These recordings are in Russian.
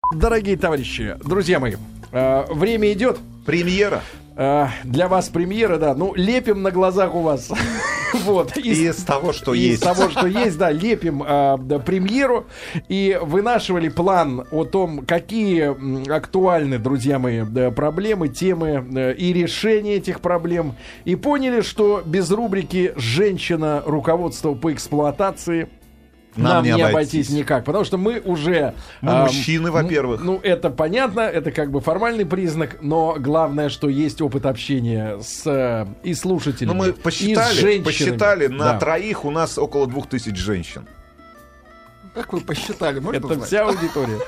Дорогие товарищи, друзья мои, время идет. Премьера. Для вас премьера, да. Ну, лепим на глазах у вас. Вот. Из того, что есть. Из того, что есть, да, лепим премьеру. И вынашивали план о том, какие актуальны, друзья мои, проблемы, темы и решения этих проблем. И поняли, что без рубрики «Женщина. Руководство по эксплуатации» нам не обойтись никак, потому что мы уже... Мы мужчины, во-первых. Ну, это понятно, это как бы формальный признак, но главное, что есть опыт общения с и слушателями, мы посчитали, посчитали на троих у нас около 2000 женщин. Как вы посчитали? Можно это узнать? Вся аудитория.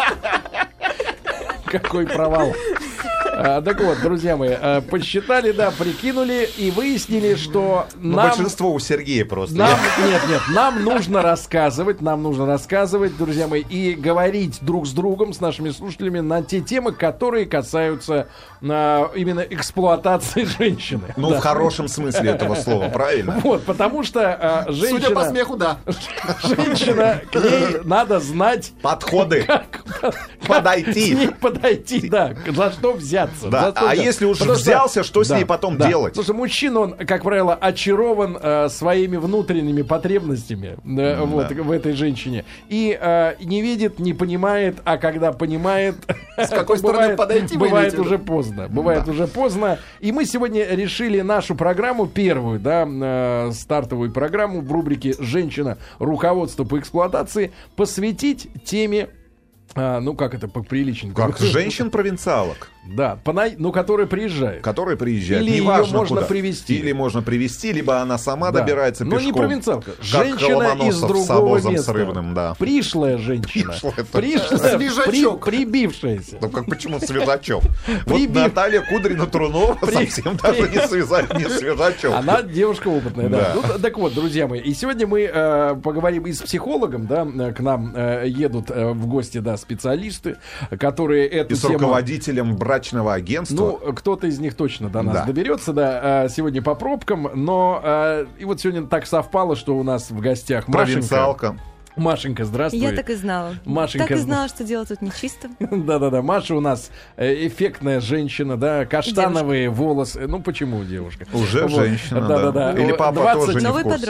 Какой провал. Так вот, друзья мои, посчитали, да, прикинули и выяснили, что нам... Большинство у Сергея просто. Нам нужно рассказывать, друзья мои, и говорить друг с другом, с нашими слушателями на те темы, которые касаются именно эксплуатации женщины. Ну, в хорошем смысле этого слова, правильно? Вот, потому что женщина... Судя по смеху, да. Женщина, к ней надо знать... Подходы. Как подойти. К ней подойти, да, за что взяться. Да. А если уж взялся, что с ней потом делать? Потому что мужчина, он, как правило, очарован своими внутренними потребностями вот, в этой женщине. И не видит, не понимает, а когда понимает... С какой стороны подойти, бывает уже поздно. Бывает уже поздно. И мы сегодня решили нашу программу, первую, да, стартовую программу в рубрике «Женщина. Руководство по эксплуатации» посвятить теме, ну, как это поприличнее? Как женщин-провинциалок. Да, которые приезжают. Которые приезжают. Или неважно, ее можно куда. привезти. Или можно привезти, либо она сама добирается но пешком. Но не провинциалка. Как Женщина из другого места. С рыбным, да. Пришлая женщина. Пришлая. Свежачок. Прибившаяся. Ну, как почему свежачок? Вот Наталья Кудрина-Трунова совсем даже не свежачок. Она девушка опытная, да. Так вот, друзья мои, и сегодня мы поговорим и с психологом, да, к нам едут в гости, да, специалисты, которые эту тему... И с руководителем брачного агентства. Ну, кто-то из них точно до нас доберется, да, сегодня по пробкам, но и вот сегодня так совпало, что у нас в гостях провинциалка. Машенька, здравствуй. Я так и знала. Машенька, так и знала, что дело тут нечисто. Да-да-да, Маша у нас эффектная женщина, да, каштановые волосы. Ну, почему девушка? Уже женщина, да. Или папа тоже не в курсе.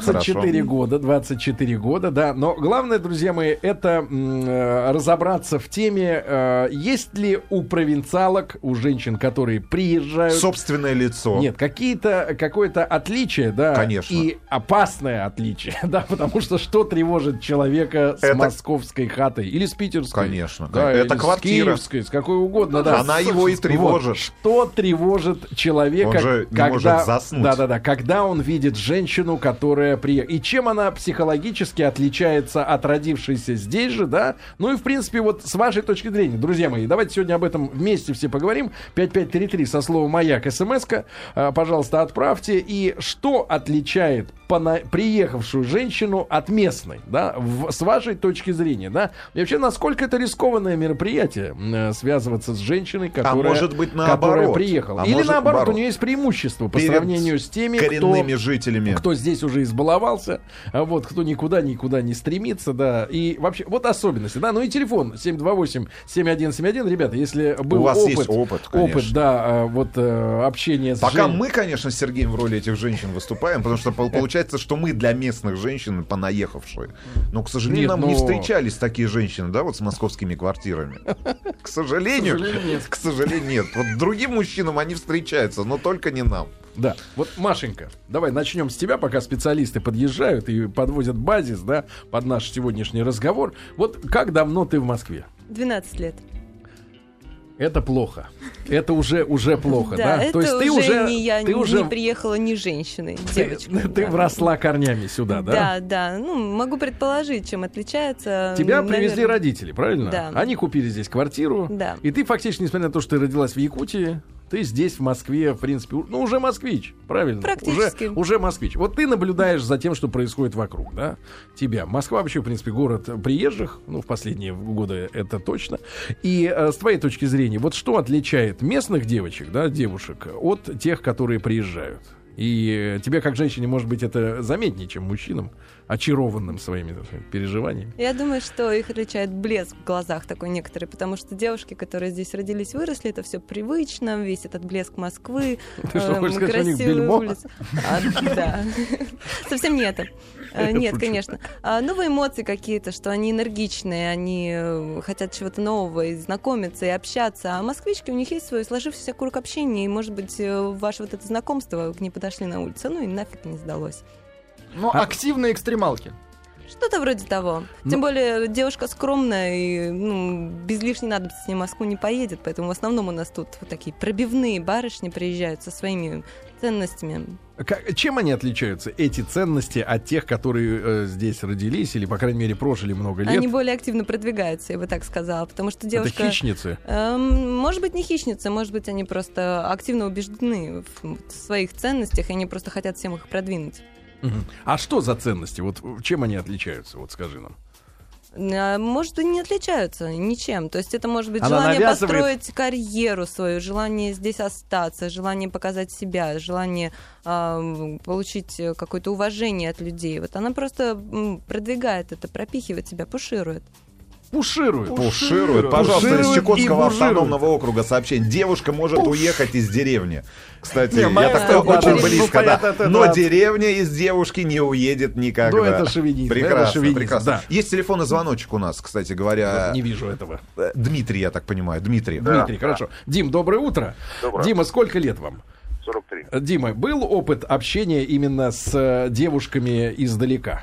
24 года, да. Но главное, друзья мои, это разобраться в теме, есть ли у провинциалок, у женщин, которые приезжают... Собственное лицо. Нет, какое-то отличие, да. Конечно. И опасное отличие, да, потому что что тревожит человека с московской хатой или с питерской. Конечно. Да, это с квартира. киевской, с какой угодно. Да. Она его и тревожит. Вот. Что тревожит человека, он же не может заснуть. Да, когда он видит женщину, которая приехала. И чем она психологически отличается от родившейся здесь же, да? Ну и, в принципе, вот с вашей точки зрения, друзья мои, давайте сегодня об этом вместе все поговорим. 5533 со словом «Маяк» смс-ка. Пожалуйста, отправьте. И что отличает приехавшую женщину от местной, да, с вашей точки зрения, да, и вообще, насколько это рискованное мероприятие связываться с женщиной, которая приехала. Или наоборот, у нее есть преимущество по сравнению с теми, коренными жителями, кто здесь уже избаловался, вот, кто никуда не стремится, да, и вообще, вот особенности, да, ну и телефон 728-7171, ребята, если был у вас есть опыт, да, вот общение с Пока мы, конечно, с Сергеем в роли этих женщин выступаем, потому что получается, что мы для местных женщин понаехавшие. Но, к сожалению, нам не встречались такие женщины, да, вот с московскими квартирами. К сожалению, нет. Вот другим мужчинам они встречаются, но только не нам. Да, вот, Машенька, давай начнем с тебя, пока специалисты подъезжают и подвозят базис, да, под наш сегодняшний разговор. Вот как давно ты в Москве? 12 лет. Это плохо. Это уже плохо, да? Это то есть ты не приехала ни женщиной, девочкой. Ты вросла корнями сюда, да? Да. Ну, могу предположить, чем отличается. Тебя привезли родители, правильно? Да. Они купили здесь квартиру. Да. И ты фактически, несмотря на то, что ты родилась в Якутии, ты здесь, в Москве, в принципе, ну, уже москвич, правильно? Практически. Уже москвич. Вот ты наблюдаешь за тем, что происходит вокруг, да? Тебя. Москва вообще, в принципе, город приезжих, ну, в последние годы это точно. И с твоей точки зрения, вот что отличает местных девочек, да, девушек, от тех, которые приезжают? И тебе, как женщине, может быть, это заметнее, чем мужчинам, очарованным своими переживаниями. Я думаю, что их отличает блеск в глазах такой некоторый, потому что девушки, которые здесь родились, выросли, это все привычно, весь этот блеск Москвы, красивые улицы. Да, совсем не это. Нет, конечно. Новые эмоции какие-то, что они энергичные, они хотят чего-то нового, и знакомиться, и общаться. А москвички, у них есть свой сложившийся круг общения, и, может быть, ваше вот это знакомство, вы к ней подошли на улице, ну и нафиг не сдалось. Но активные экстремалки. Что-то вроде того. Тем более девушка скромная и без лишней надобности в Москву не поедет, поэтому в основном у нас тут вот такие пробивные барышни приезжают со своими ценностями. Чем они отличаются, эти ценности, от тех, которые здесь родились или, по крайней мере, прожили много лет? Они более активно продвигаются, я бы так сказала, потому что девушка... Это хищницы? Может быть, не хищницы, может быть, они просто активно убеждены в своих ценностях, и они просто хотят всем их продвинуть. А что за ценности? Вот чем они отличаются? Вот скажи нам. Может, и не отличаются ничем. То есть это может быть желание построить карьеру свою, желание здесь остаться, желание показать себя, желание получить какое-то уважение от людей. Вот она просто продвигает это, пропихивает себя, пуширует. Пуширует. Пожалуйста, из Чукотского автономного округа сообщение. Девушка может уехать из деревни. Кстати, я так очень близко, да. Но деревня из девушки не уедет никогда. Ну, это шовинизм. Прекрасно. Да. Есть телефонный звоночек у нас, кстати говоря. Не вижу этого. Дмитрий, я так понимаю. Дмитрий, хорошо. Дим, доброе утро. Доброе. Дима, сколько лет вам? 43. Дима, был опыт общения именно с девушками издалека?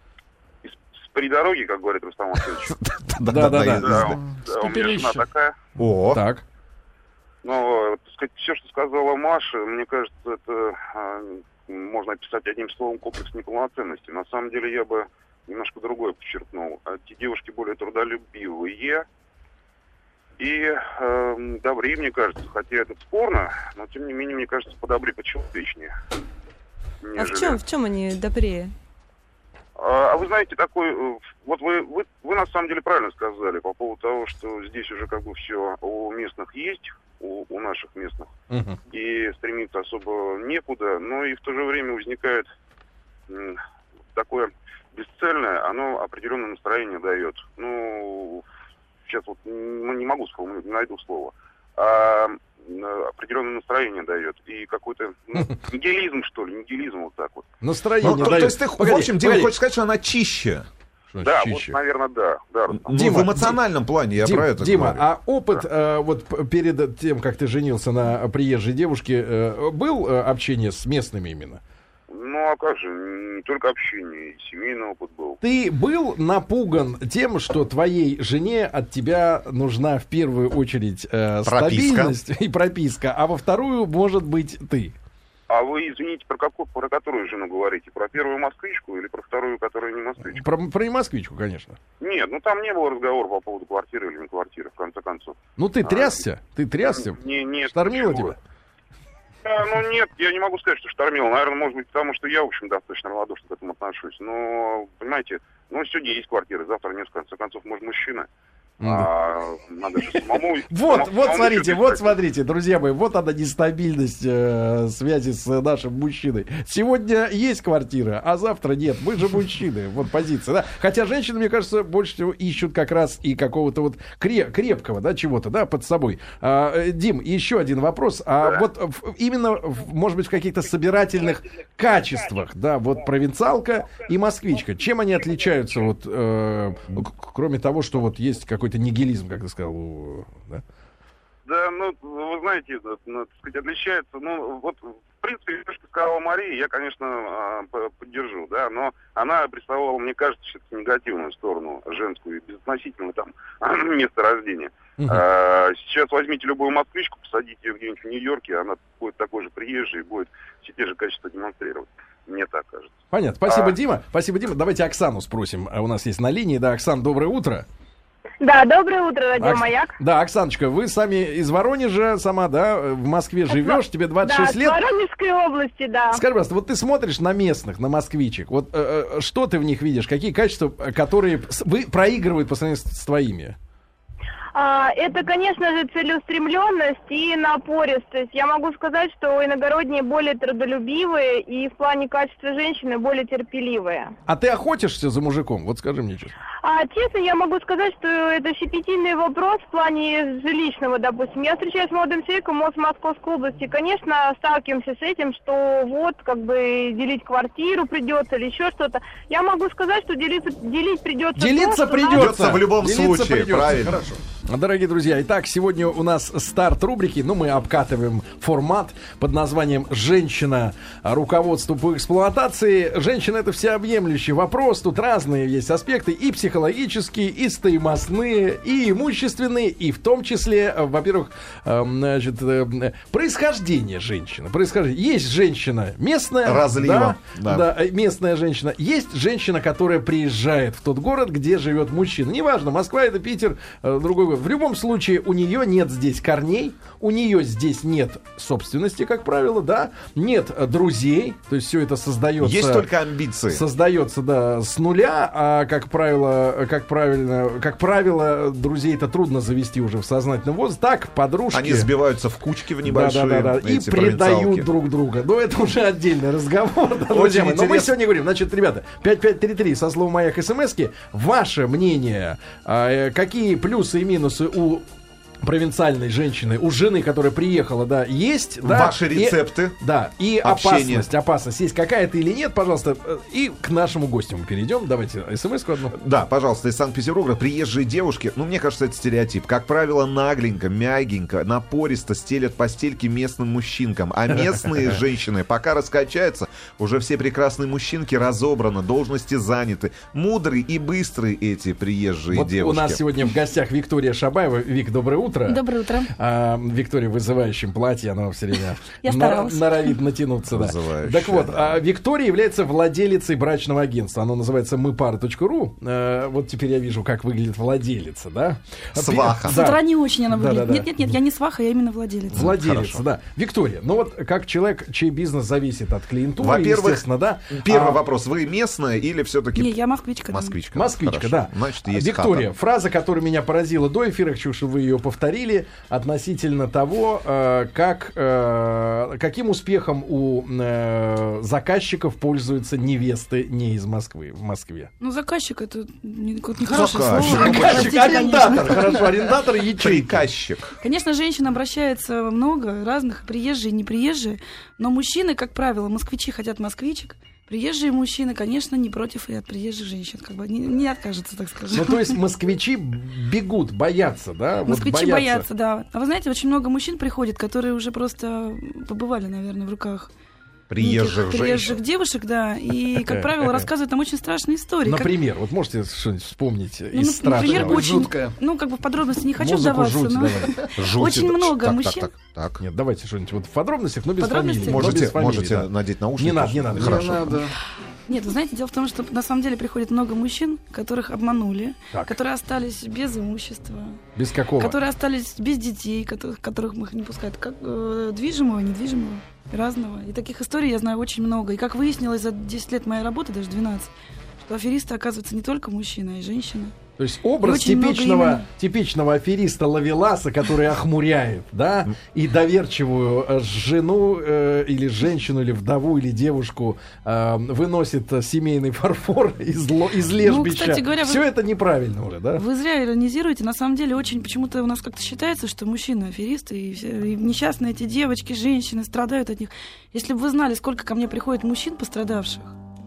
При дороге, как говорит Рустам Васильевич. Да. У меня жена такая. О, так. Но, так сказать, все, что сказала Маша, мне кажется, это можно описать одним словом: комплекс неполноценности. На самом деле я бы немножко другое подчеркнул. Эти девушки более трудолюбивые и добрее, мне кажется. Хотя это спорно, но тем не менее, мне кажется, подобрее, почеловечнее. А в чем они добрее? А вы знаете, такой, вот вы на самом деле правильно сказали по поводу того, что здесь уже как бы все у местных есть, у наших местных, и стремиться особо некуда, но и в то же время возникает такое бесцельное, оно определенное настроение дает. Ну, сейчас вот не могу сформулировать, не найду слова. Определенное настроение дает. И какой-то нигилизм, что ли, нигилизм вот так вот. Настроение дает. То есть ты, в общем, Дима, хочешь сказать, что она чище? Да, чище? Вот, наверное, да. Дима, в эмоциональном плане, я про это Дима, говорю. а опыт вот перед тем, как ты женился на приезжей девушке, был общение с местными именно? Ну, а как же, не только общение, и семейный опыт был. Ты был напуган тем, что твоей жене от тебя нужна в первую очередь стабильность и прописка, а во вторую, может быть, ты? А вы, извините, про которую жену говорите? Про первую москвичку или про вторую, которая не москвичка? Про не москвичку, конечно. Нет, ну там не было разговора по поводу квартиры или не квартиры, в конце концов. Ну ты трясся? Нет. Штормило тебя? Ну нет, я не могу сказать, что штормило. Наверное, может быть, потому что я, в общем, достаточно равнодушно к этому отношусь. Но, понимаете, сегодня есть квартира, завтра нет, в конце концов, может, мужчина. Надо же самому... Вот смотрите, друзья мои, вот она нестабильность связи с нашим мужчиной. Сегодня есть квартира, а завтра нет. Мы же мужчины. Вот позиция, да. Хотя женщины, мне кажется, больше всего ищут как раз и какого-то вот крепкого, да, чего-то, да, под собой. Дим, еще один вопрос. Вот именно, может быть, в каких-то собирательных качествах, да, вот провинциалка и москвичка, чем они отличаются, вот, кроме того, что вот есть какой-то нигилизм, как ты сказал, да? Да, вы знаете, так сказать, отличается, вот, в принципе, то, что сказала Мария, я, конечно, поддержу, да, но она представляла, мне кажется, что-то негативную сторону женскую, безотносительно там места рождения. Сейчас возьмите любую москвичку, посадите ее где-нибудь в Нью-Йорке, она будет такой же приезжей и будет все те же качества демонстрировать. Мне так кажется. Понятно. Спасибо, Дима. Спасибо, Дима. Давайте Оксану спросим. У нас есть на линии. Да, Оксан, доброе утро. Да, доброе утро, радио Маяк. Да, Оксаночка, вы сами из Воронежа сама, да, в Москве живешь, тебе 26 лет. Да, в Воронежской области, да. Скажи, пожалуйста, вот ты смотришь на местных, на москвичек, вот что ты в них видишь, какие качества, которые проигрывают по сравнению с твоими? Это, конечно же, целеустремленность и напористость. Я могу сказать, что иногородние более трудолюбивые и в плане качества женщины более терпеливые. А ты охотишься за мужиком? Вот скажи мне честно. Честно, я могу сказать, что это щепетильный вопрос в плане жилищного, допустим. Я встречаюсь с молодым человеком в Московской области. Конечно, сталкиваемся с этим, что вот, как бы, делить квартиру придется или еще что-то. Я могу сказать, что делить придется. Делиться придется в любом случае, правильно. Хорошо. Дорогие друзья, итак, сегодня у нас старт рубрики. Мы обкатываем формат под названием «Женщина. Руководство по эксплуатации». Женщина — это всеобъемлющий вопрос. Тут разные есть аспекты, и психологические, и стоимостные, и имущественные, и в том числе, во-первых, происхождение женщины. Есть женщина местная. Разлива. Да, местная женщина. Есть женщина, которая приезжает в тот город, где живет мужчина. Неважно, Москва это Питер, другой город. В любом случае, у нее нет здесь корней, у нее здесь нет собственности, как правило, да, нет друзей, то есть все это создается... Есть только амбиции. Создается, да, с нуля, а, как правило, друзей-то трудно завести уже в сознательном возрасте. Так, подружки... Они сбиваются в кучки в небольшие. Да, и предают друг друга. Но это уже отдельный разговор, да, друзья мои. Но мы сегодня говорим, значит, ребята, 5533 со словом «Маяк» смски. Ваше мнение, какие плюсы и минусы у провинциальной женщины, у жены, которая приехала, да, есть, да. Ваши рецепты. И опасность есть какая-то или нет, пожалуйста. И к нашему гостю мы перейдем. Давайте смс-ку одну. Да, пожалуйста, из Санкт-Петербурга. Приезжие девушки, мне кажется, это стереотип. Как правило, нагленько, мягенько, напористо стелят постельки местным мужчинкам. А местные женщины, пока раскачаются, уже все прекрасные мужчинки разобраны, должности заняты. Мудрые и быстрые эти приезжие девушки. У нас сегодня в гостях Виктория Шабаева. Вик, доброе утро. Доброе утро. Виктория в вызывающем платье, она все время норовит натянуться. Да. Так вот, Виктория является владелицей брачного агентства. Оно называется mypara.ru. Вот теперь я вижу, как выглядит владелица, да? Сваха. С утра не очень она выглядит. Нет, я не сваха, я именно владелица. Владелица, да. Виктория, как человек, чей бизнес зависит от клиентуры, во-первых, естественно, да. Первый вопрос. Вы местная или все-таки... Не, я москвичка. Москвичка, да. Значит, есть Виктория, хата. фраза, которая меня поразила до эфира, хочу, чтобы вы ее повторили, относительно того, каким успехом у заказчиков пользуются невесты не из Москвы, в Москве. Заказчик — это нехорошее слово. Арендатор, хорошо, арендатор и ячейка. Приказчик. Конечно, женщин обращается много, разных, приезжие, неприезжие, но мужчины, как правило, москвичи хотят москвичек. Приезжие мужчины, конечно, не против и от приезжих женщин, не откажутся, так скажем. То есть москвичи бегут, боятся, да? Москвичи боятся, да. А вы знаете, очень много мужчин приходит, которые уже просто побывали, наверное, в руках приезжих девушек, да, и, как правило, рассказывают там очень страшные истории. Например, вот можете что-нибудь вспомнить из страшного? Например, очень, в подробности не хочу вдаваться, но очень много мужчин. Так. Нет, давайте что-нибудь в подробностях, но без фамилии. Можете надеть наушники. Не надо. Хорошо. Нет, вы знаете, дело в том, что на самом деле приходит много мужчин, которых обманули, которые остались без имущества. Без какого? Которые остались без детей, которых их не пускают. Как движимого, недвижимого, разного. И таких историй я знаю очень много. И как выяснилось за 10 лет моей работы, даже 12, что аферисты, оказывается, не только мужчины, а и женщины. То есть образ типичного афериста-ловеласа, который охмуряет, да, и доверчивую жену или женщину, или вдову, или девушку выносит семейный фарфор из лежбища. Кстати говоря, все это неправильно уже, да? Вы зря иронизируете. На самом деле очень почему-то у нас как-то считается, что мужчины аферисты, и несчастные эти девочки, женщины страдают от них. Если бы вы знали, сколько ко мне приходит мужчин пострадавших,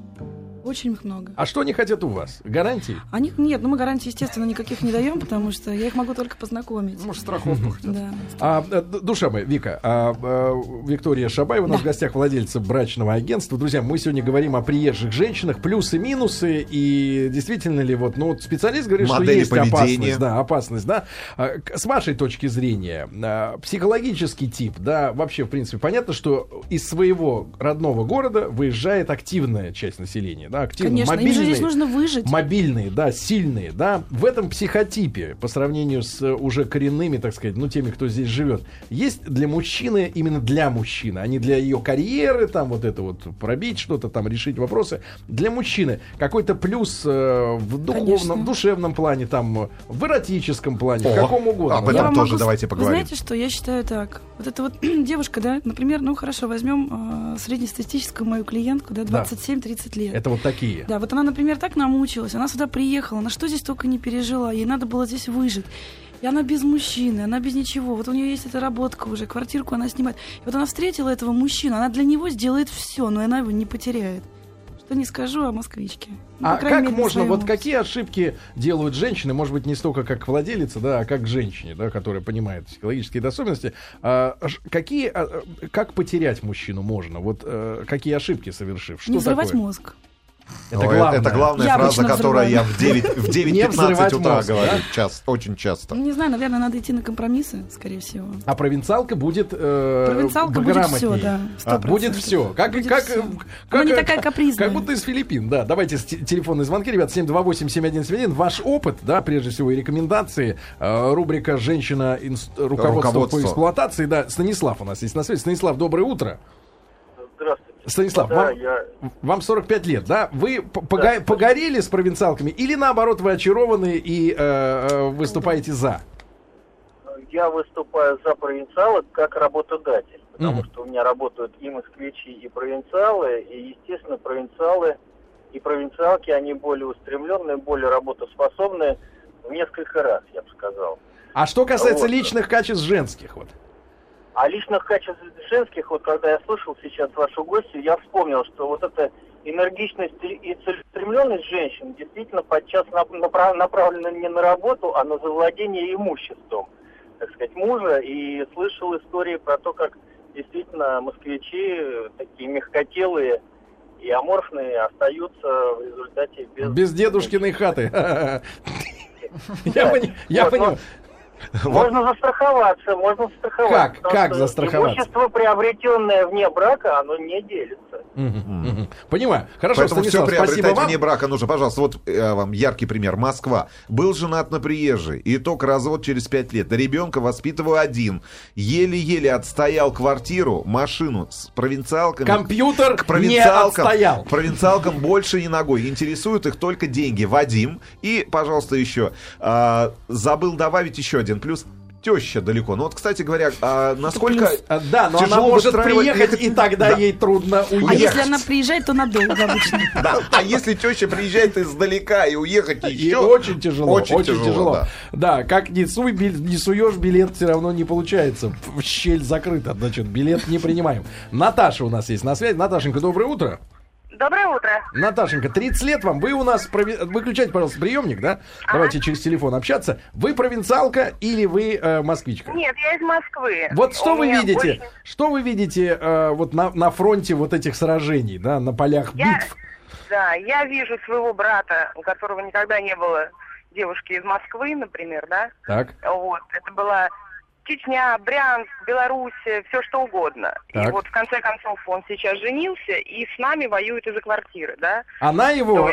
очень их много. А что они хотят у вас? Гарантии? Нет, мы гарантий, естественно, никаких не даем, потому что я их могу только познакомить. Может, страховку хотят. Да. Душа моя, Вика, Виктория Шабаева у нас в гостях, владельца брачного агентства. Друзья, мы сегодня говорим о приезжих женщинах, плюсы, минусы, и действительно ли специалист говорит, модели что есть поведения. опасность, да. С вашей точки зрения, психологический тип, да, вообще, в принципе, понятно, что из своего родного города выезжает активная часть населения, да, да, активно. Конечно, им же здесь нужно выжить. Мобильные, да, сильные, да. В этом психотипе, по сравнению с уже коренными, так сказать, ну, теми, кто здесь живет, есть для мужчины, именно для мужчины, а не для ее карьеры, там, вот это вот, пробить что-то, там, решить вопросы. Для мужчины какой-то плюс в духовном, в душевном плане, там, в эротическом плане, в каком угодно. Об этом тоже давайте поговорим. Вы знаете, что я считаю так? Вот эта вот девушка, да, например, ну, хорошо, возьмем среднестатистическую мою клиентку, да, 27-30 лет. Это вот такие. Да, вот она, например, так намучилась, она сюда приехала, на что здесь только не пережила, ей надо было здесь выжить. И она без мужчины, она без ничего. Вот у нее есть эта работка уже, квартирку она снимает. И вот она встретила этого мужчину, она для него сделает все, но она его не потеряет. Что не скажу о москвичке. А как можно, вот какие ошибки делают женщины, может быть, не столько как владелица, да, а как женщине, да, которая понимает психологические особенности, как потерять мужчину можно? Вот какие ошибки совершив? Что не взрывать такое? мозг. Это главная фраза, которую я в 9:15 утра говорю. Очень часто. Не знаю, наверное, надо идти на компромиссы, скорее всего. А провинциалка будет будет все, да. 100%. Будет все. Она не такая капризная. Как будто из Филиппин, да. Давайте телефонные звонки, ребят, 728-7171. Ваш опыт, да, прежде всего, и рекомендации. Рубрика «Женщина. Руководство по эксплуатации». Да, Станислав у нас есть на связи. Станислав, доброе утро. Здравствуйте. Станислав, вам 45 лет, да? Вы погорели с провинциалками или, наоборот, вы очарованы и выступаете за? Я выступаю за провинциалок как работодатель, потому что у меня работают и москвичи, и провинциалы, и, естественно, провинциалы и провинциалки, они более устремленные, более работоспособные в несколько раз, я бы сказал. А что касается личных качеств женских, вот? А личных качеств женских, вот когда я слышал сейчас вашу гостью, я вспомнил, что вот эта энергичность и целеустремленность женщин действительно подчас направлена не на работу, а на завладение имуществом, так сказать, мужа. И слышал истории про то, как действительно москвичи, такие мягкотелые и аморфные, остаются в результате без дедушкиной хаты. Я понял. Можно застраховаться. Как застраховаться? Имущество, приобретенное вне брака, оно не делится. Понимаю. Хорошо, поэтому Станислав, все приобретать вам. вне брака нужно. Пожалуйста, вот вам яркий пример. Москва. Был женат на приезжей. Итог развод через 5 лет. Ребенка воспитываю один. Еле-еле отстоял квартиру, машину с провинциалками. Компьютер к провинциалкам, не отстоял. К провинциалкам больше ни ногой. Интересуют их только деньги. Вадим. И, пожалуйста, еще. Забыл добавить еще один плюс. Теща далеко. Ну вот, кстати говоря, насколько да, но она может приехать, и тогда ей трудно уехать. А если она приезжает, то надолго обычно. Да. А если теща приезжает издалека и уехать еще... Очень тяжело. Очень тяжело. Да, как не суешь билет, все равно не получается. Щель закрыта, значит, билет не принимаем. Наташа у нас есть на связи. Наташенька, доброе утро. Доброе утро. Наташенька, 30 лет вам. Вы у нас... Выключайте, пожалуйста, приемник, да? Давайте через телефон общаться. Вы провинциалка или вы москвичка? Нет, я из Москвы. Вот что вы видите? Что вы видите вот на фронте вот этих сражений, да, на полях битв? Да, я вижу своего брата, у которого никогда не было девушки из Москвы, например, да? Так. Вот, это была Чечня, Брянск, Белоруссия, все что угодно. Так. И вот в конце концов он сейчас женился и с нами воюет из-за квартиры, да? Она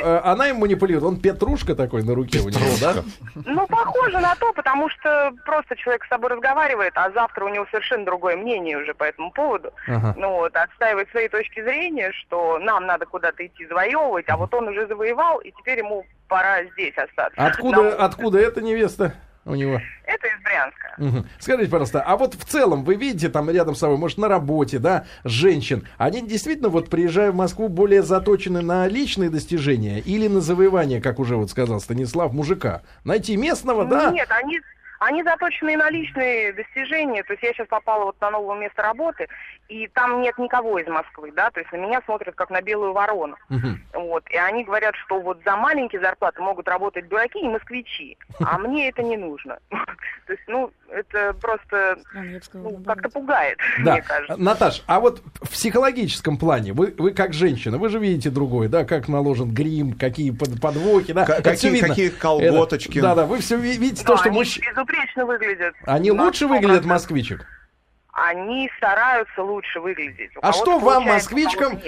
им манипулирует. Он петрушка такой на руке у него, да? Ну, похоже на то, потому что просто человек с собой разговаривает, а завтра у него совершенно другое мнение уже по этому поводу. Ну вот, отстаивает свои точки зрения, что нам надо куда-то идти завоевывать, а вот он уже завоевал, и теперь ему пора здесь остаться. Откуда эта невеста у него? Это из Брянска. Скажите, пожалуйста, а вот в целом вы видите там рядом с собой, может, на работе, да, женщин, они действительно вот приезжая в Москву более заточены на личные достижения или на завоевание, как уже вот сказал Станислав, мужика? Найти местного, да? Нет, они заточены на личные достижения. То есть я сейчас попала вот на новое место работы, и там нет никого из Москвы, да, то есть на меня смотрят как на белую ворону. Вот, и они говорят, что вот за маленькие зарплаты могут работать дураки и москвичи, а мне это не нужно. То есть, ну, это просто как-то пугает, мне кажется. Наташ, а вот в психологическом плане, вы как женщина, вы же видите другое, да, как наложен грим, какие подвохи, да, какие колготочки. Да, вы все видите то, что мужчины... Безупречно выглядят. Они лучше выглядят москвичек? они стараются лучше выглядеть. А что вам, москвичкам,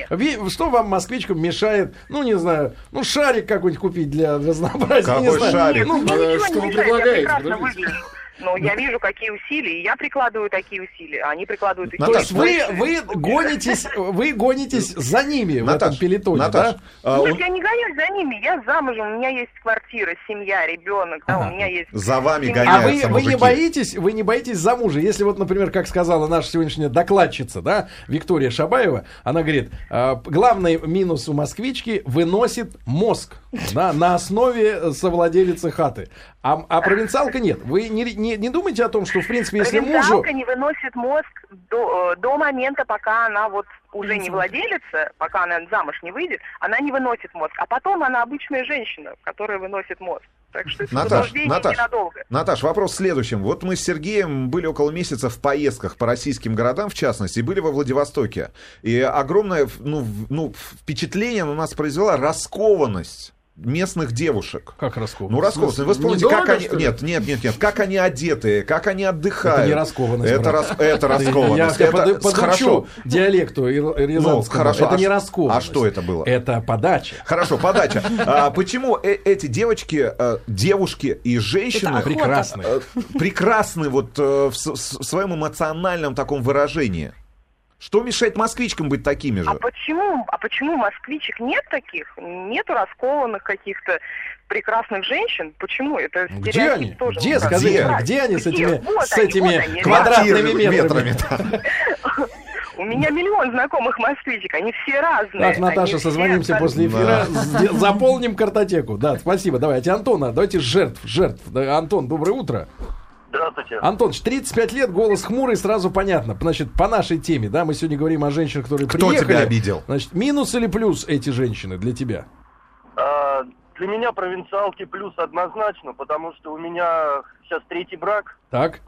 мешает, ну, не знаю, ну, шарик какой-нибудь купить для разнообразия? Какой шарик? Ну, что вы предлагаете? Я прекрасно выгляжу. Но я вижу, какие усилия, и я прикладываю такие усилия, а они прикладывают такие усилия. То есть вы гонитесь за ними, Наташ, в этом пелетоне, Наташ, да? Нет, я не гонюсь за ними, я замужем, у меня есть квартира, семья, ребенок, да, у меня есть... За вами гоняются мужики. Вы не боитесь за мужа? Если вот, например, как сказала наша сегодняшняя докладчица, да, Виктория Шабаева, она говорит, главный минус у москвички — выносит мозг, да, на основе совладелицы хаты. А провинциалка нет. Вы не думаете о том, что, в принципе, если мужу... Провинциалка не выносит мозг до момента, пока она вот уже не владелица, пока она замуж не выйдет, она не выносит мозг. А потом она обычная женщина, которая выносит мозг. Так что это ненадолго. Наташ, вопрос в следующем. Вот мы с Сергеем были около месяца в поездках по российским городам, в частности, были во Владивостоке. И огромное впечатление на нас произвела раскованность местных девушек. Как раскованность? Ну, раскованность. Вы вспомните, как они... Нет. Как они одеты, как они отдыхают. Это не раскованность, это раскованность. Я подучу диалекту рязанскому. Хорошо. Это не раскованность. А что это было? Это подача. Хорошо, подача. Почему эти девочки, девушки и женщины прекрасны вот в своем эмоциональном таком выражении? Что мешает москвичкам быть такими же? А почему москвичек нет таких? Нету раскованных каких-то прекрасных женщин? Почему? Это где они? Тоже где, скажите, где они с этими квадратными метрами? У меня миллион знакомых москвичек, они все разные. Так, Наташа, созвонимся после эфира, заполним картотеку. Да, спасибо. Давайте Антона, давайте жертв. Антон, доброе утро. Здравствуйте. Антон, 35 лет, голос хмурый, сразу понятно. Значит, по нашей теме, да, мы сегодня говорим о женщинах, которые приехали. Кто тебя обидел? Значит, минус или плюс эти женщины для тебя? Для меня провинциалки плюс однозначно, потому что у меня сейчас 3-й брак. Так.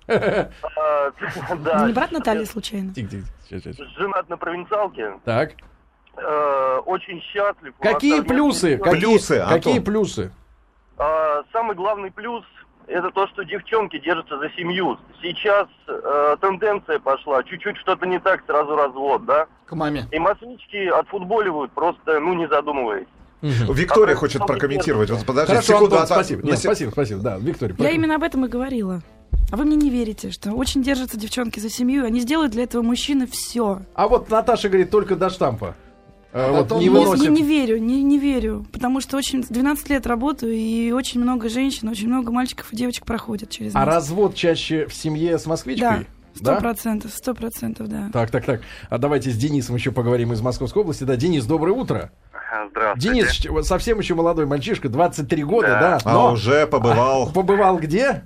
Не брат Натальи, случайно? Женат на провинциалке. Так. Очень счастлив. Какие плюсы? Какие плюсы? Самый главный плюс — это то, что девчонки держатся за семью. Сейчас тенденция пошла, чуть-чуть что-то не так, сразу развод, да? К маме. И москвички отфутболивают, просто, не задумываясь. Виктория хочет прокомментировать. Подожди, хорошо, секунду. Антон, спасибо. Нет, спасибо. Да, Виктория. Я именно об этом и говорила. А вы мне не верите, что очень держатся девчонки за семью, они сделают для этого мужчины все. А вот Наташа говорит, только до штампа. Не верю, потому что 12 лет работаю, и очень много женщин, очень много мальчиков и девочек проходят через нас. А развод чаще в семье с москвичкой? Да, 100%, да. Так. А давайте с Денисом еще поговорим из Московской области. Да, Денис, доброе утро. Здравствуйте. Денис, совсем еще молодой мальчишка, 23 года, да. Но уже побывал. Побывал где?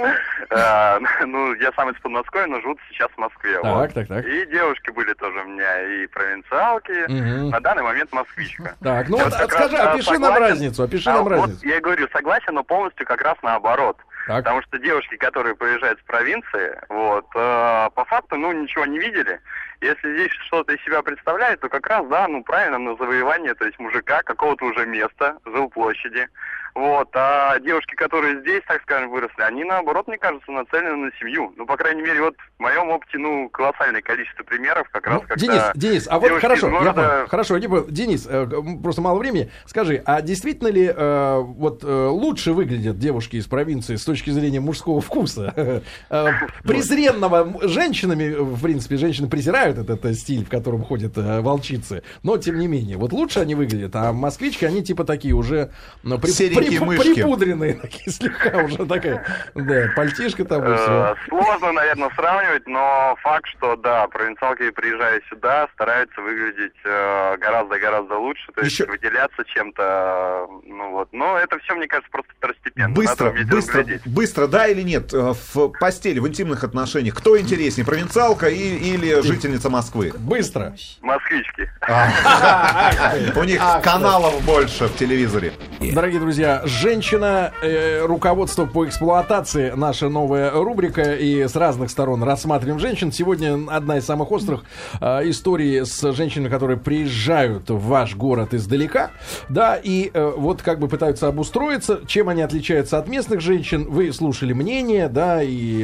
Я сам из Подмосковья, но живу сейчас в Москве. Так. И девушки были тоже у меня, и провинциалки. На данный момент москвичка. Так, скажи, опиши нам разницу. Вот я говорю, согласен, но полностью как раз наоборот. Так. Потому что девушки, которые приезжают с провинции, по факту, ничего не видели. Если здесь что-то из себя представляет, то как раз, правильно, на завоевание, то есть мужика, какого-то уже места, жилплощади. А девушки, которые здесь, так скажем, выросли, они, наоборот, мне кажется, нацелены на семью. По крайней мере, в моем опыте, колоссальное количество примеров, как раз, когда... Денис, а вот хорошо, Денис, просто мало времени. Скажи, а действительно ли лучше выглядят девушки из провинции с точки зрения мужского вкуса? Презренного женщинами, в принципе, женщины презирают этот стиль, в котором ходят волчицы, но, тем не менее, лучше они выглядят, а москвички, они типа такие уже... припудренные, такие слегка уже такая, пальтишка там и все. Сложно, наверное, сравнивать, но факт, что, провинциалки, приезжая сюда, стараются выглядеть гораздо-гораздо лучше, то есть выделяться чем-то, но это все, мне кажется, просто второстепенно. Быстро, да или нет, в постели, в интимных отношениях, кто интереснее, провинциалка или жительница Москвы? Быстро. Москвички. У них каналов больше в телевизоре. Дорогие друзья, женщина, руководство по эксплуатации, наша новая рубрика, и с разных сторон рассматриваем женщин. Сегодня одна из самых острых историй с женщинами, которые приезжают в ваш город издалека, да, и вот как бы пытаются обустроиться. Чем они отличаются от местных женщин? Вы слушали мнение, да, и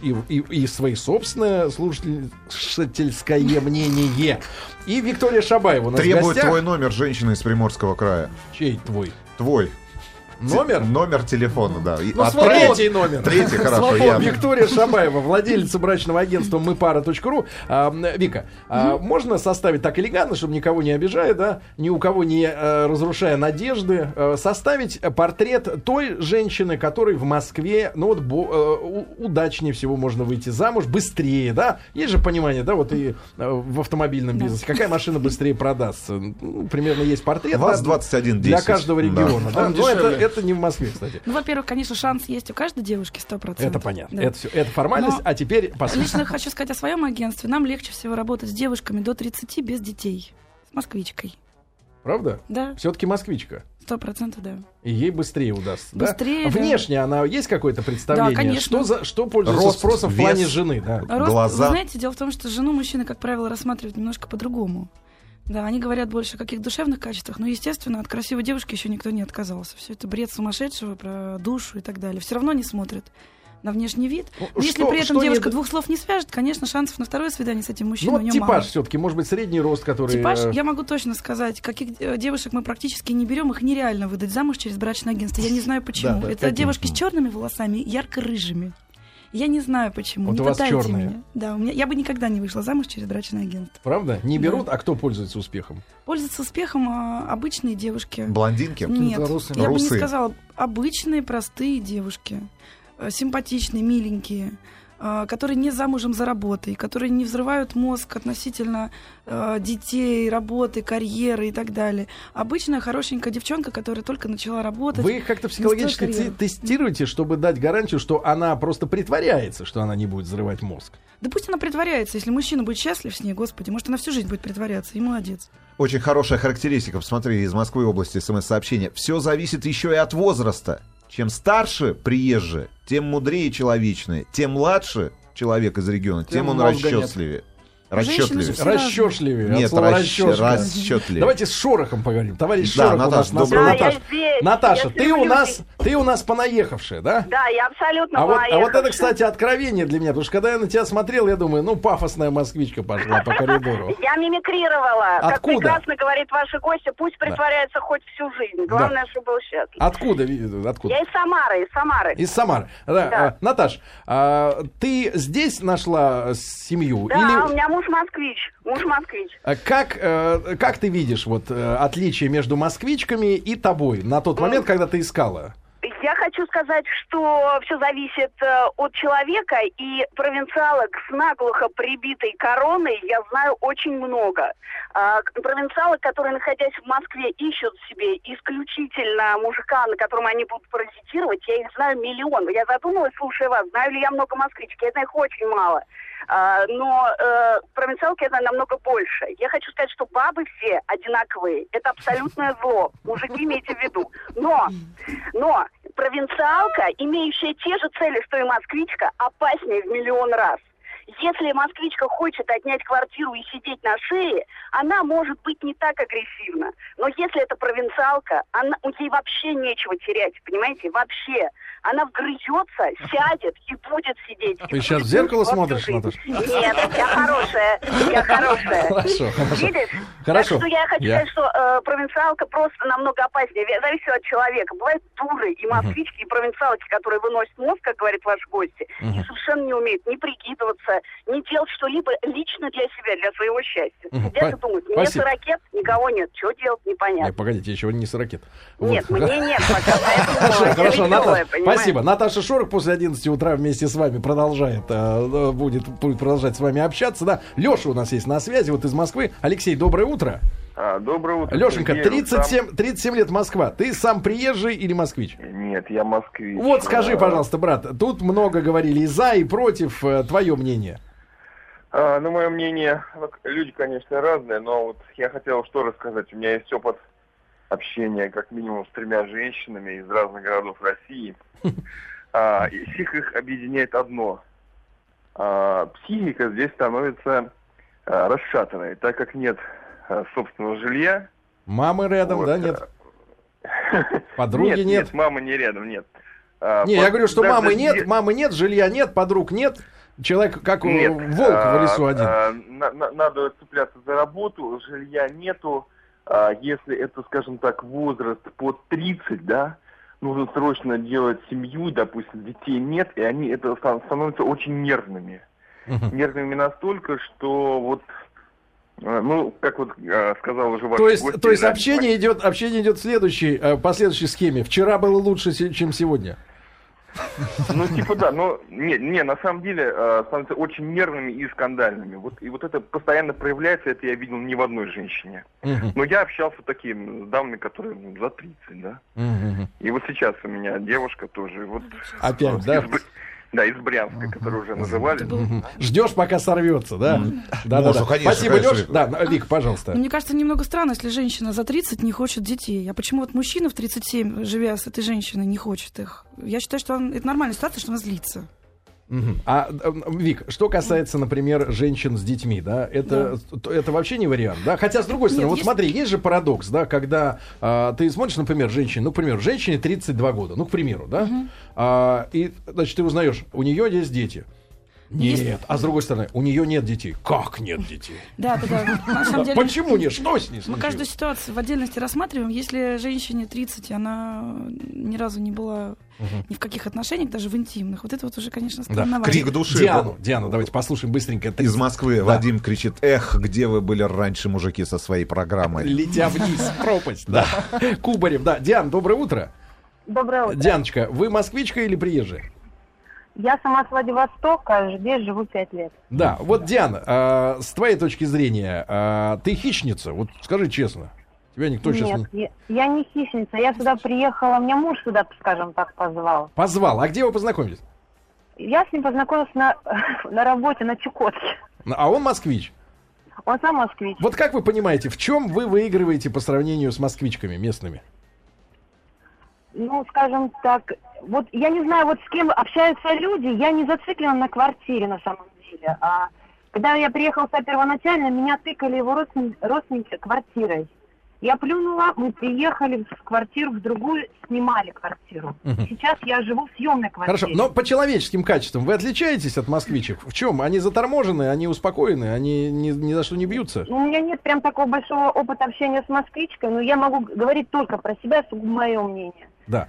свои собственное слушательское мнение. И Виктория Шабаева у нас требует в гостях. Твой номер, женщина из Приморского края. Чей твой? Твой. Номер? Номер телефона, да. Третий номер. Третий, хорошо. Я... Виктория Шабаева, владелица брачного агентства mypara.ru. Вика, можно составить так элегантно, чтобы никого не обижая, да, ни у кого не разрушая надежды, составить портрет той женщины, которой в Москве, ну вот, удачнее всего можно выйти замуж, быстрее, да? Есть же понимание, да, вот и в автомобильном бизнесе. Какая машина быстрее продастся? Ну, примерно есть портрет. ВАЗ-2110. Для каждого региона, да? Но это не в Москве, кстати. Ну, во-первых, конечно, шанс есть у каждой девушки 100%. Это понятно. Да. Это формальность, а теперь лично хочу сказать о своем агентстве. Нам легче всего работать с девушками до 30 без детей. С москвичкой. Правда? Да. Все-таки москвичка. 100%, да. И ей быстрее удастся, быстрее, да? Внешне она есть какое-то представление? Да, конечно. Что пользуется рост, спросом вес, в плане жены? Да? Рост, глаза. Вы знаете, дело в том, что жену мужчины, как правило, рассматривают немножко по-другому. Да, они говорят больше о каких душевных качествах, но, естественно, от красивой девушки еще никто не отказался. Все это бред сумасшедшего про душу и так далее. Все равно не смотрят на внешний вид. Но если при этом девушка двух слов не свяжет, конечно, шансов на второе свидание с этим мужчиной у нее типаж мало. все-таки, может быть, средний рост, который... Типаж, я могу точно сказать, каких девушек мы практически не берем, их нереально выдать замуж через брачное агентство. Я не знаю почему. Да, это девушки с черными волосами, ярко-рыжими. Я не знаю почему. Вот не у вас пытайте черные. меня. Да, я бы никогда не вышла замуж через брачное агентство. Правда? Не берут, да. А кто пользуется успехом? Пользуются успехом обычные девушки. Блондинки? Нет, я бы не сказала. Обычные, простые девушки. Симпатичные, миленькие. Которые не замужем за работой, которые не взрывают мозг относительно детей, работы, карьеры и так далее. Обычная хорошенькая девчонка, которая только начала работать. Вы их как-то психологически тестируете, чтобы дать гарантию, что она просто притворяется, что она не будет взрывать мозг? Да пусть она притворяется. Если мужчина будет счастлив с ней, господи, может, она всю жизнь будет притворяться. И молодец. Очень хорошая характеристика. Посмотри, из Москвы области СМС-сообщение. Все зависит еще и от возраста. Чем старше приезжие, тем мудрее человечные. Тем младше человек из региона, тем он расчетливее. Расчетливее. Нет, расчетливее. Давайте с Шорохом поговорим. Товарищ Шорох у нас. Наташа, ты у нас понаехавшая, да? Да, я абсолютно понаехавшая. А вот это, кстати, откровение для меня. Потому что когда я на тебя смотрел, я думаю, ну, пафосная москвичка пошла по коридору. Я мимикрировала. Откуда? Как прекрасно говорит ваши гости, пусть притворяется хоть всю жизнь. Главное, чтобы был счастлив. Откуда? Я из Самары. Из Самары. Наташ, ты здесь нашла семью? Да, у меня муж москвич. Как ты видишь вот отличие между москвичками и тобой на тот момент, когда ты искала? Я хочу сказать, что все зависит от человека, и провинциалок с наглухо прибитой короной я знаю очень много. Провинциалок, которые, находясь в Москве, ищут себе исключительно мужика, на котором они будут паразитировать, я их знаю миллион. Я задумалась, слушая вас, знаю ли я много москвичек, я знаю их очень мало. Но провинциалки это намного больше. Я хочу сказать, что бабы все одинаковые. Это абсолютное зло. Мужики, имейте в виду. Но провинциалка, имеющая те же цели, что и москвичка, опаснее в миллион раз. Если москвичка хочет отнять квартиру и сидеть на шее, она может быть не так агрессивна. Но если это провинциалка, ей вообще нечего терять, понимаете? Вообще. Она вгрызется, сядет и будет сидеть. Ты сейчас в зеркало смотришь, Наташа? Нет, я хорошая. Хорошо. Видишь? Хорошо. Так что я хочу сказать, что провинциалка просто намного опаснее. Зависит от человека. Бывают дуры и москвички, и провинциалки, которые выносят мозг, как говорят ваши гости, и совершенно не умеют ни прикидываться, ни делать что-либо лично для себя, для своего счастья. Сидят и думают, мне сорокет, никого нет. Что делать, непонятно. Погодите, еще не сорокет. Нет, мне нет пока. Хорошо, Наташа. Спасибо. Наташа Шорох после 11 утра вместе с вами будет продолжать с вами общаться. Да. Леша у нас есть на связи, вот из Москвы. Алексей, доброе утро. Доброе утро. Лешенька, 37 лет Москва. Ты сам приезжий или москвич? Нет, я москвич. Вот скажи, пожалуйста, брат, тут много говорили и за, и против. Твое мнение? Мое мнение, люди, конечно, разные, но вот я хотел что рассказать. У меня есть опыт общения как минимум с 3 женщинами из разных городов России. Всех их объединяет одно. Психика здесь становится расшатанной, так как нет собственного жилья. Мамы рядом, да, нет? Подруги нет? Нет, мамы не рядом, нет. Не, я говорю, что мамы нет, жилья нет, подруг нет. Человек как волк в лесу один. Надо цепляться за работу, жилья нету. Если это, скажем так, возраст под 30, да, нужно срочно делать семью, допустим, детей нет, и они это становятся очень нервными. Нервными настолько, что вот, ну, как вот сказал уже ваш гость... То есть общение идет по следующей схеме. Вчера было лучше, чем сегодня. Ну, типа да, но не, на самом деле становятся очень нервными и скандальными. И вот это постоянно проявляется, это я видел не в одной женщине. Но я общался такими с дамами, которые за 30, да. И вот сейчас у меня девушка тоже. Вот, опять, да? Да, из Брянска, которую уже называли. Ждешь, пока сорвется, да? Да. Спасибо, Лёш. Да, Вик, пожалуйста. Мне кажется, немного странно, если женщина за 30 не хочет детей. А почему вот мужчина в 37, живя с этой женщиной, не хочет их? Я считаю, что это нормальная ситуация, что она злится. Вик, что касается, например, женщин с детьми, да, это вообще не вариант, да? Хотя, с другой стороны, вот смотри, есть же парадокс, да, когда ты смотришь, например, женщине 32 года, ну, к примеру, да, и, значит, ты узнаешь, у нее есть дети. Нет. А с другой стороны, у нее нет детей. Как нет детей? Да. На самом деле, почему нет? Что с ней случилось? Мы каждую ситуацию в отдельности рассматриваем. Если женщине 30, она ни разу не была ни в каких отношениях, даже в интимных. Вот это вот уже, конечно, странновато. Крик души. Диану, давайте послушаем быстренько. Из Москвы Вадим кричит: эх, где вы были раньше, мужики, со своей программой? Летя вниз, пропасть. Да. Кубарев, да. Диан, доброе утро. Доброе утро. Дианочка, вы москвичка или приезжая? Я сама с Владивостока, здесь живу 5 лет. Да, вот, Диана, с твоей точки зрения, ты хищница? Вот скажи честно. Тебя никто сейчас не... я не хищница. Я сюда приехала, меня муж сюда, скажем так, позвал. Позвал? А где вы познакомились? Я с ним познакомилась на работе, на Чукотке. А он москвич? Он сам москвич. Вот как вы понимаете, в чем вы выигрываете по сравнению с москвичками местными? Ну, скажем так, вот я не знаю, вот с кем общаются люди, я не зациклена на квартире на самом деле. А когда я приехала сюда первоначально, меня тыкали его родственники квартирой. Я плюнула, мы приехали в квартиру, в другую, снимали квартиру. Сейчас я живу в съемной квартире. Хорошо, но по человеческим качествам вы отличаетесь от москвичек? В чем? Они заторможены, они успокоены, они ни за что не бьются? У меня нет прям такого большого опыта общения с москвичкой, но я могу говорить только про себя, сугубо мое мнение. Да.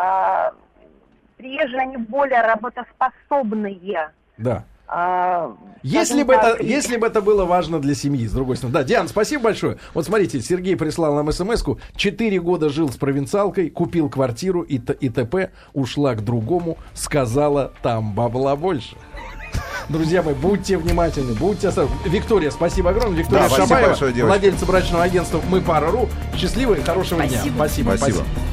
Приезжие, они более работоспособные. Да. Если бы это было важно для семьи, с другой стороны. Да, Диана, спасибо большое. Вот смотрите, Сергей прислал нам смс-ку. 4 года жил с провинциалкой, купил квартиру и т.п. Ушла к другому, сказала, там бабла больше. Друзья мои, будьте внимательны, будьте осторожны. Виктория, спасибо огромное. Виктория Шабаева, владельца брачного агентства «Мы пара.ру». Счастливого и хорошего дня. Спасибо.